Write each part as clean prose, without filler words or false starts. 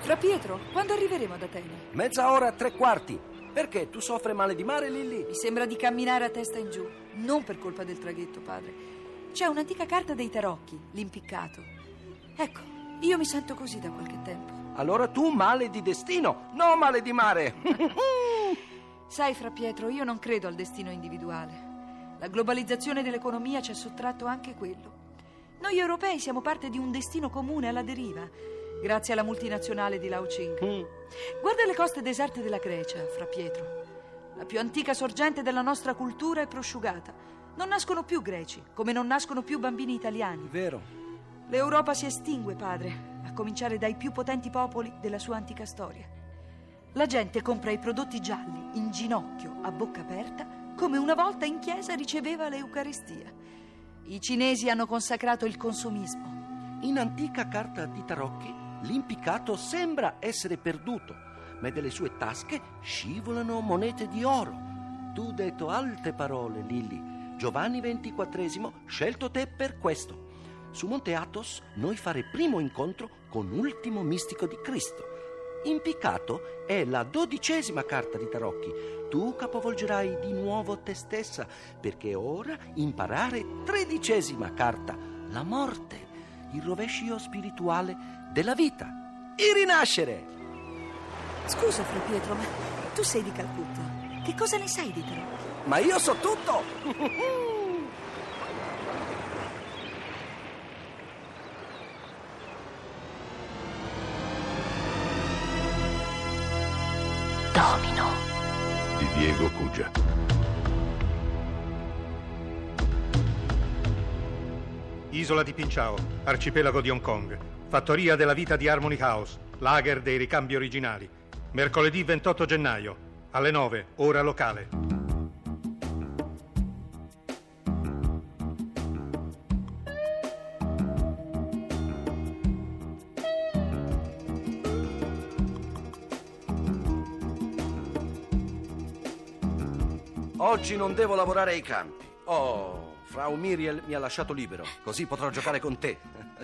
Fra Pietro, quando arriveremo ad Atene? Mezz'ora, 3/4. Perché? Tu soffri male di mare, Lilli? Mi sembra di camminare a testa in giù. Non per colpa del traghetto, padre. C'è un'antica carta dei tarocchi, l'impiccato. Ecco, io mi sento così da qualche tempo. Allora tu male di destino, non male di mare. Sai, Fra Pietro, io non credo al destino individuale. La globalizzazione dell'economia ci ha sottratto anche quello. Noi europei siamo parte di un destino comune alla deriva, grazie alla multinazionale di Lao Ching. Guarda le coste deserte della Grecia, Fra Pietro. La più antica sorgente della nostra cultura è prosciugata. Non nascono più greci, come non nascono più bambini italiani. Vero. L'Europa si estingue, padre, a cominciare dai più potenti popoli della sua antica storia. La gente compra i prodotti gialli in ginocchio, a bocca aperta, come una volta in chiesa riceveva l'Eucaristia. I cinesi hanno consacrato il consumismo. In antica carta di tarocchi, l'impiccato sembra essere perduto, ma dalle sue tasche scivolano monete di oro. Tu detto alte parole, Lilli. Giovanni XXIV scelto te per questo. Su Monte Athos noi fare primo incontro con ultimo mistico di Cristo. Impiccato è la 12ª carta di tarocchi. Tu capovolgerai di nuovo te stessa, perché ora imparare 13ª carta, la morte, il rovescio spirituale della vita, il rinascere. Scusa, Fra Pietro, ma tu sei di Calcutta. Che cosa ne sai di tarocchi? Ma io so tutto. Domino di Diego Cugia. Isola di Pinchao, arcipelago di Hong Kong, fattoria della vita di Harmony House, lager dei ricambi originali. Mercoledì 28 gennaio, alle 9, ora locale. Oggi non devo lavorare ai campi. Oh, Frau Miriel mi ha lasciato libero, così potrò giocare con te.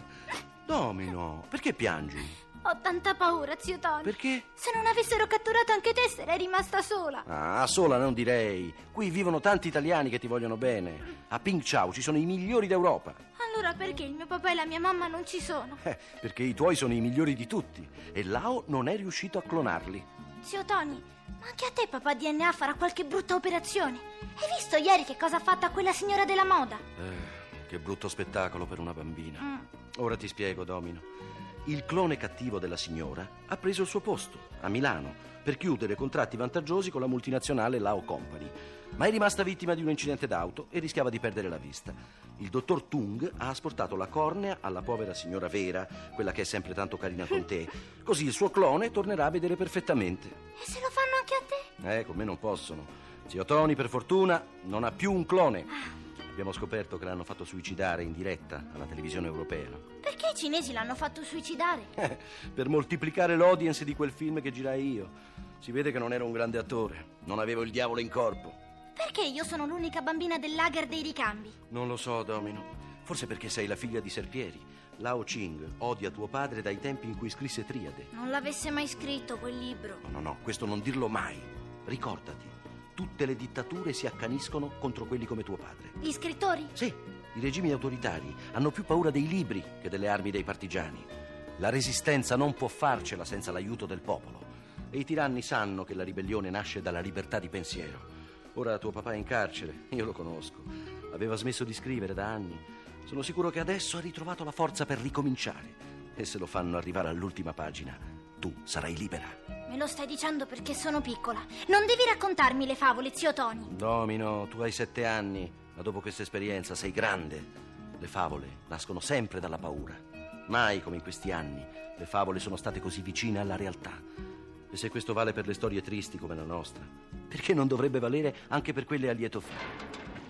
Domino, perché piangi? Ho tanta paura, zio Tony. Perché? Se non avessero catturato anche te, sarei rimasta sola. Ah, sola non direi. Qui vivono tanti italiani che ti vogliono bene. A Pinchao ci sono i migliori d'Europa. Allora perché il mio papà e la mia mamma non ci sono? Perché i tuoi sono i migliori di tutti e Lao non è riuscito a clonarli. Zio Tony, ma anche a te papà DNA farà qualche brutta operazione. Hai visto ieri che cosa ha fatto a quella signora della moda? Che brutto spettacolo per una bambina. Ora ti spiego, Domino. Il clone cattivo della signora ha preso il suo posto a Milano per chiudere contratti vantaggiosi con la multinazionale Lao Company, ma è rimasta vittima di un incidente d'auto e rischiava di perdere la vista. Il dottor Tung ha asportato la cornea alla povera signora Vera, quella che è sempre tanto carina con te, così il suo clone tornerà a vedere perfettamente. E se lo fanno anche a te? Come non possono. Zio Tony, per fortuna, non ha più un clone. Abbiamo scoperto che l'hanno fatto suicidare in diretta alla televisione europea. Perché i cinesi l'hanno fatto suicidare? Per moltiplicare l'audience di quel film che girai io. Si vede che non ero un grande attore, non avevo il diavolo in corpo. Perché io sono l'unica bambina del lager dei ricambi? Non lo so, Domino. Forse perché sei la figlia di Serpieri. Lao Ching odia tuo padre dai tempi in cui scrisse Triade. Non l'avesse mai scritto quel libro. No, questo non dirlo mai. Ricordati. Tutte le dittature si accaniscono contro quelli come tuo padre. Gli scrittori? Sì, i regimi autoritari hanno più paura dei libri che delle armi dei partigiani. La resistenza non può farcela senza l'aiuto del popolo. E i tiranni sanno che la ribellione nasce dalla libertà di pensiero. Ora tuo papà è in carcere, io lo conosco. Aveva smesso di scrivere da anni. Sono sicuro che adesso ha ritrovato la forza per ricominciare. E se lo fanno arrivare all'ultima pagina, tu sarai libera. Me lo stai dicendo perché sono piccola. Non devi raccontarmi le favole, zio Tony. Domino, tu hai 7 anni, ma dopo questa esperienza sei grande. Le favole nascono sempre dalla paura. Mai come in questi anni le favole sono state così vicine alla realtà. E se questo vale per le storie tristi come la nostra, perché non dovrebbe valere anche per quelle a lieto fine?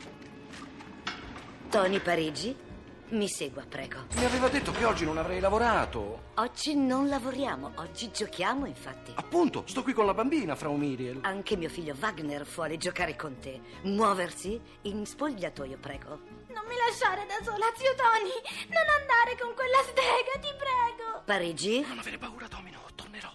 Tony Parigi, mi segua, prego. Mi aveva detto che oggi non avrei lavorato. Oggi non lavoriamo, oggi giochiamo, infatti. Appunto, sto qui con la bambina, Frau Miriel. Anche mio figlio Wagner vuole giocare con te. Muoversi in spogliatoio, prego. Non mi lasciare da sola, zio Tony. Non andare con quella stega, ti prego. Parigi? Non avere paura, Domino, tornerò.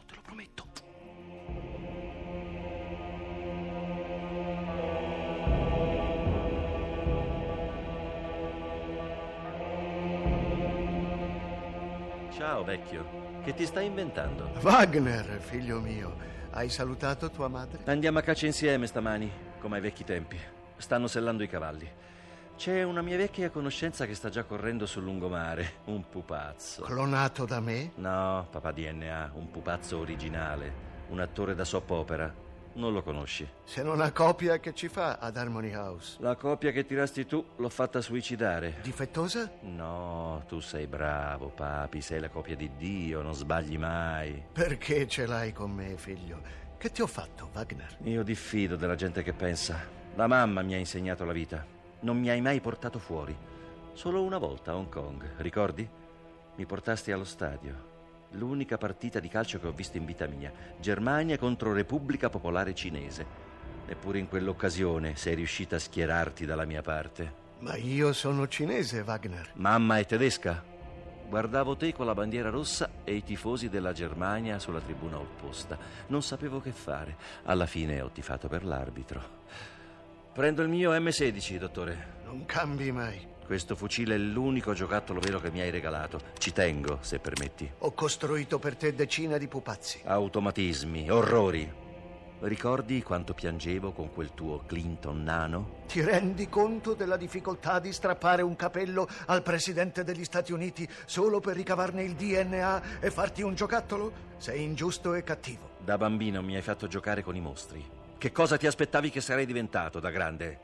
Ciao, vecchio. Che ti stai inventando? Wagner, figlio mio, hai salutato tua madre? Andiamo a caccia insieme stamani, come ai vecchi tempi. Stanno sellando i cavalli. C'è una mia vecchia conoscenza che sta già correndo sul lungomare. Un pupazzo. Clonato da me? No, papà DNA, un pupazzo originale. Un attore da soap opera. Non lo conosci? Se non ha copia, che ci fa ad Harmony House? La copia che tirasti tu l'ho fatta suicidare. Difettosa? No, tu sei bravo, papi. Sei la copia di Dio, non sbagli mai. Perché ce l'hai con me, figlio? Che ti ho fatto, Wagner? Io diffido della gente che pensa. La mamma mi ha insegnato la vita. Non mi hai mai portato fuori. Solo una volta a Hong Kong, ricordi? Mi portasti allo stadio. L'unica partita di calcio che ho visto in vita mia. Germania contro Repubblica Popolare Cinese. Eppure in quell'occasione sei riuscita a schierarti dalla mia parte. Ma io sono cinese, Wagner. Mamma è tedesca. Guardavo te con la bandiera rossa e i tifosi della Germania sulla tribuna opposta. Non sapevo che fare. Alla fine ho tifato per l'arbitro. Prendo il mio M16, dottore. Non cambi mai. Questo fucile è l'unico giocattolo vero che mi hai regalato. Ci tengo, se permetti. Ho costruito per te decine di pupazzi. Automatismi, orrori. Ricordi quanto piangevo con quel tuo Clinton nano? Ti rendi conto della difficoltà di strappare un capello al presidente degli Stati Uniti solo per ricavarne il DNA e farti un giocattolo? Sei ingiusto e cattivo. Da bambino mi hai fatto giocare con i mostri. Che cosa ti aspettavi che sarei diventato da grande?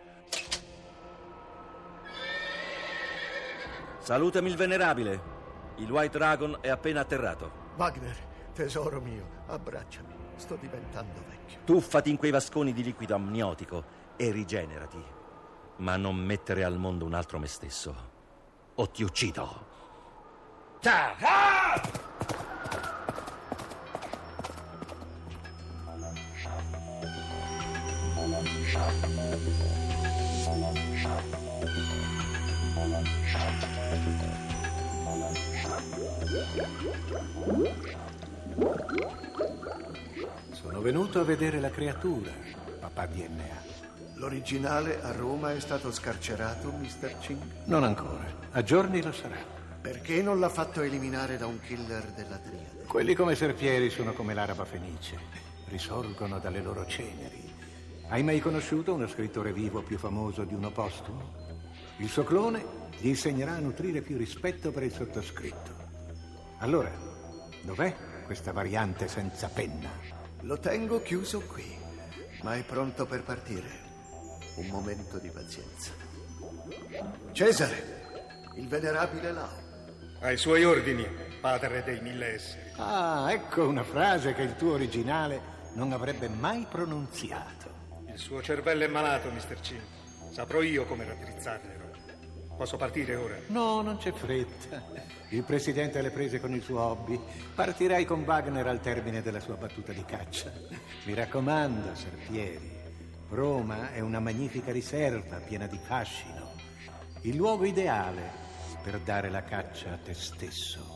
Salutami il venerabile. Il White Dragon è appena atterrato. Wagner, tesoro mio, abbracciami. Sto diventando vecchio. Tuffati in quei vasconi di liquido amniotico e rigenerati. Ma non mettere al mondo un altro me stesso. O ti uccido. Sono venuto a vedere la creatura, papà DNA. L'originale a Roma è stato scarcerato, Mr. Ching? Non ancora, a giorni lo sarà. Perché non l'ha fatto eliminare da un killer della triade? Quelli come Serpieri sono come l'araba fenice, risorgono dalle loro ceneri. Hai mai conosciuto uno scrittore vivo più famoso di uno postumo? Il suo clone gli insegnerà a nutrire più rispetto per il sottoscritto. Allora, dov'è questa variante senza penna? Lo tengo chiuso qui, ma è pronto per partire. Un momento di pazienza. Cesare, il venerabile Lao. Ai suoi ordini, padre dei 1000 esseri. Ah, ecco una frase che il tuo originale non avrebbe mai pronunziato. Il suo cervello è malato, Mr. Chin. Saprò io come raddrizzarglielo. Posso partire ora? No, non c'è fretta. Il presidente ha le prese con il suo hobby. Partirai con Wagner al termine della sua battuta di caccia. Mi raccomando, Serpieri. Roma è una magnifica riserva piena di fascino. Il luogo ideale per dare la caccia a te stesso.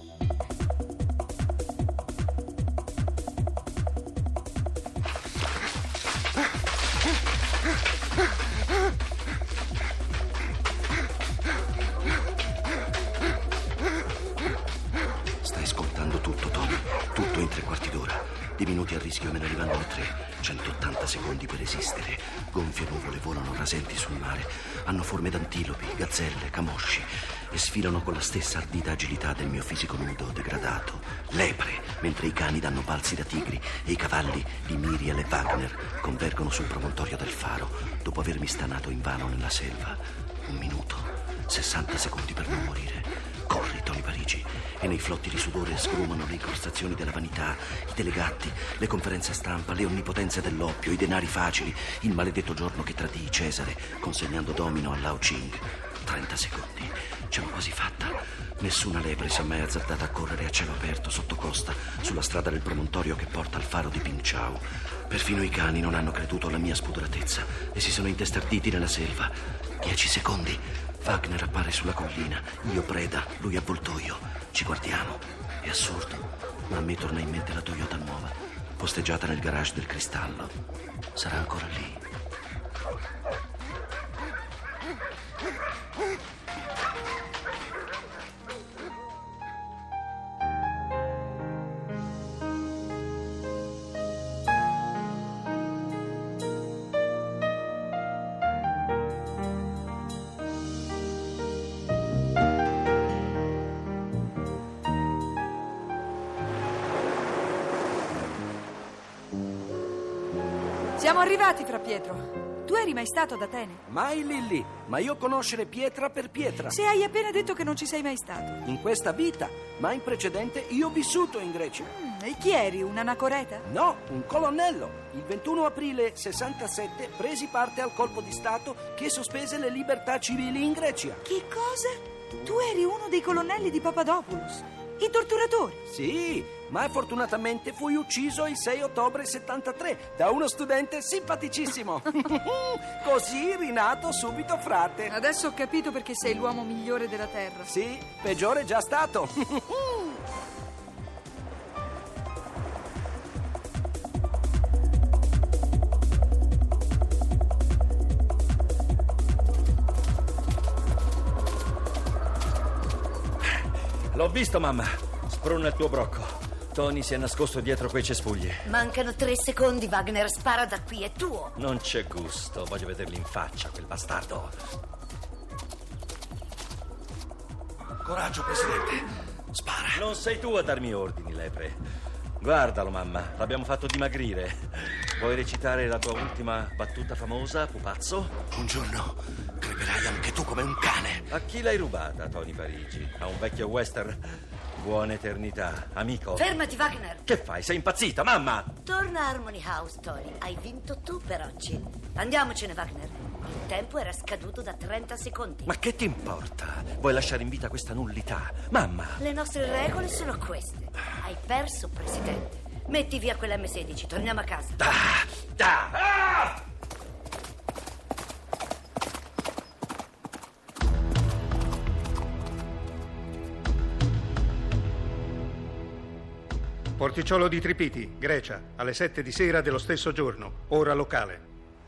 Stai ascoltando tutto, Tommy. Tutto in 3/4 d'ora. Di minuti a rischio me ne rimangono 3. 180 secondi per esistere. Gonfie nuvole volano rasenti sul mare. Hanno forme d'antilopi, gazzelle, camosci e sfilano con la stessa ardita agilità del mio fisico nudo, degradato. Lepre, mentre i cani danno balzi da tigri e i cavalli di Miriel e Wagner convergono sul promontorio del faro dopo avermi stanato invano nella selva. 1 minuto, 60 secondi per non morire. Corri, Tony Parigi, e nei flotti di sudore sgrumano le incrostazioni della vanità, i telegatti, le conferenze stampa, le onnipotenze dell'oppio, i denari facili, il maledetto giorno che tradii Cesare, consegnando domino a Lao Ching. 30 secondi, ce l'ho quasi fatta. Nessuna lepre si è mai azzardata a correre a cielo aperto sotto costa sulla strada del promontorio che porta al faro di Ping Chau. Perfino i cani non hanno creduto alla mia spudoratezza e si sono intestarditi nella selva. 10 secondi. Wagner appare sulla collina, io preda, lui avvoltoio. Ci guardiamo. È assurdo, ma a me torna in mente la Toyota nuova, posteggiata nel garage del Cristallo. Sarà ancora lì. Siamo arrivati, Fra Pietro. Tu eri mai stato ad Atene? Mai, Lilli, ma io conoscere pietra per pietra. Se hai appena detto che non ci sei mai stato. In questa vita, ma in precedente io ho vissuto in Grecia. E chi eri? Un anacoreta? No, un colonnello. Il 21 aprile 67 presi parte al colpo di Stato che sospese le libertà civili in Grecia. Che cosa? Tu eri uno dei colonnelli di Papadopoulos, i torturatori. Sì, ma fortunatamente fui ucciso il 6 ottobre 73 da uno studente simpaticissimo. Così rinato subito frate. Adesso ho capito perché sei l'uomo migliore della terra. Sì, peggiore già stato. L'ho visto, mamma. Sprona il tuo brocco. Tony si è nascosto dietro quei cespugli. Mancano 3 secondi, Wagner. Spara da qui, è tuo. Non c'è gusto. Voglio vederli in faccia, quel bastardo. Coraggio, Presidente. Spara. Non sei tu a darmi ordini, lepre. Guardalo, mamma. L'abbiamo fatto dimagrire. Vuoi recitare la tua ultima battuta famosa, pupazzo? Un giorno creperai anche tu come un cane. A chi l'hai rubata, Tony Parigi? A un vecchio western? Buona eternità, amico. Fermati, Wagner. Che fai? Sei impazzita, mamma? Torna a Harmony House, Tony. Hai vinto tu per oggi. Andiamocene, Wagner. Il tempo era scaduto da 30 secondi. Ma che ti importa? Vuoi lasciare in vita questa nullità? Mamma! Le nostre regole sono queste. Hai perso, Presidente. Metti via quell'M16, torniamo a casa. Ah! Porticciolo di Tripiti, Grecia, alle 7 di sera dello stesso giorno, ora locale.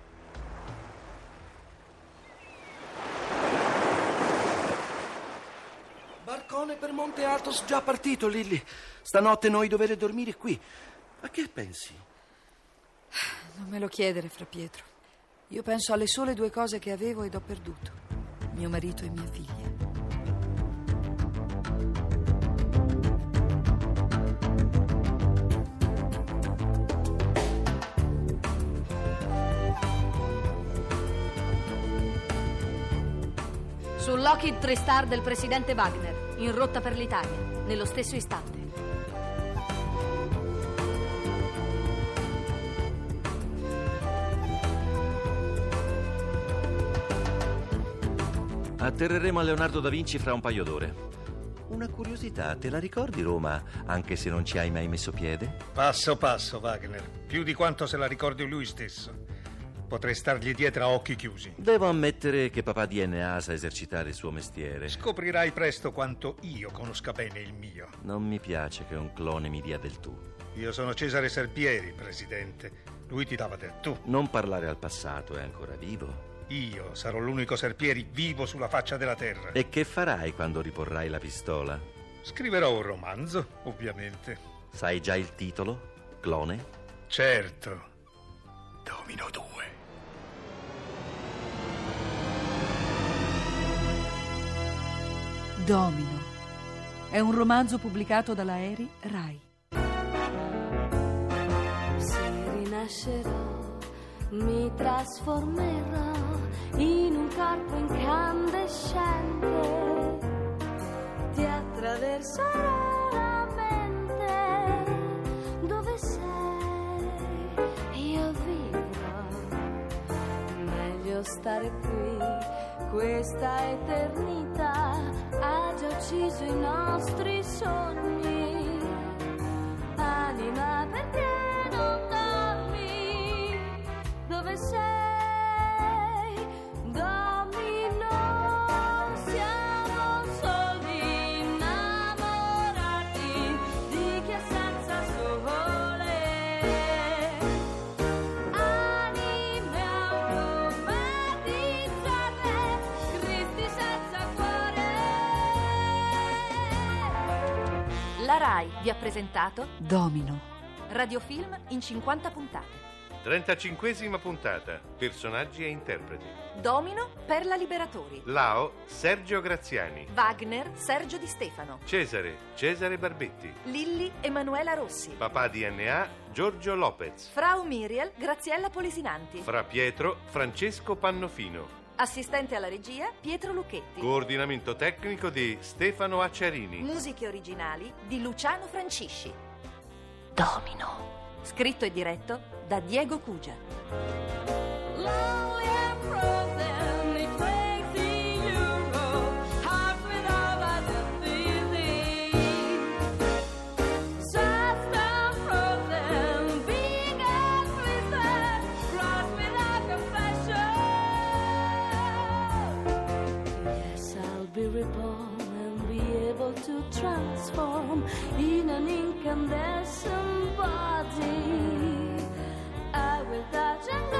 Barcone per Monte Athos già partito, Lilli. Stanotte noi dovere dormire qui. A che pensi? Non me lo chiedere, Fra Pietro. Io penso alle sole 2 cose che avevo ed ho perduto: mio marito e mia figlia. Su Lockheed 3 Star del presidente Wagner, in rotta per l'Italia, nello stesso istante. Atterreremo a Leonardo da Vinci fra un paio d'ore. Una curiosità, te la ricordi Roma, anche se non ci hai mai messo piede? Passo passo, Wagner. Più di quanto se la ricordi lui stesso. Potrei stargli dietro a occhi chiusi. Devo ammettere che papà DNA sa esercitare il suo mestiere. Scoprirai presto quanto io conosca bene il mio. Non mi piace che un clone mi dia del tu. Io sono Cesare Serpieri, Presidente. Lui ti dava del tu. Non parlare al passato, è ancora vivo. Io sarò l'unico Serpieri vivo sulla faccia della terra. E che farai quando riporrai la pistola? Scriverò un romanzo, ovviamente. Sai già il titolo? Clone? Certo. Domino 2. Domino. È un romanzo pubblicato dalla Eri Rai. Se rinascerò, mi trasformerò in un corpo incandescente. Ti attraverserò la mente. Dove sei? Io vivrò. Meglio stare qui. Questa eternità ha già ucciso i nostri sogni. Anima, perché non dormi? Dove sei? Domino, siamo soli innamorati di chi è senza sole. Anime automatizzate, Cristi senza cuore. La Rai vi ha presentato Domino. radiofilm in 50 puntate. 35esima puntata. Personaggi e interpreti. Domino, Perla Liberatori. Lao, Sergio Graziani. Wagner, Sergio Di Stefano. Cesare, Cesare Barbetti. Lilli, Emanuela Rossi. Papà DNA, Giorgio Lopez. Frau Miriel, Graziella Polisinanti. Fra Pietro, Francesco Pannofino. Assistente alla regia, Pietro Lucchetti. Coordinamento tecnico di Stefano Acciarini. Musiche originali di Luciano Francisci. Domino. Scritto e diretto da Diego Cugia. Lonely and frozen, it crazy Europe, hearts without identity. Just and frozen, being and twisted, lost without confession. Yes, I'll be reborn and be able to transform in an incandescent body. I will touch and go.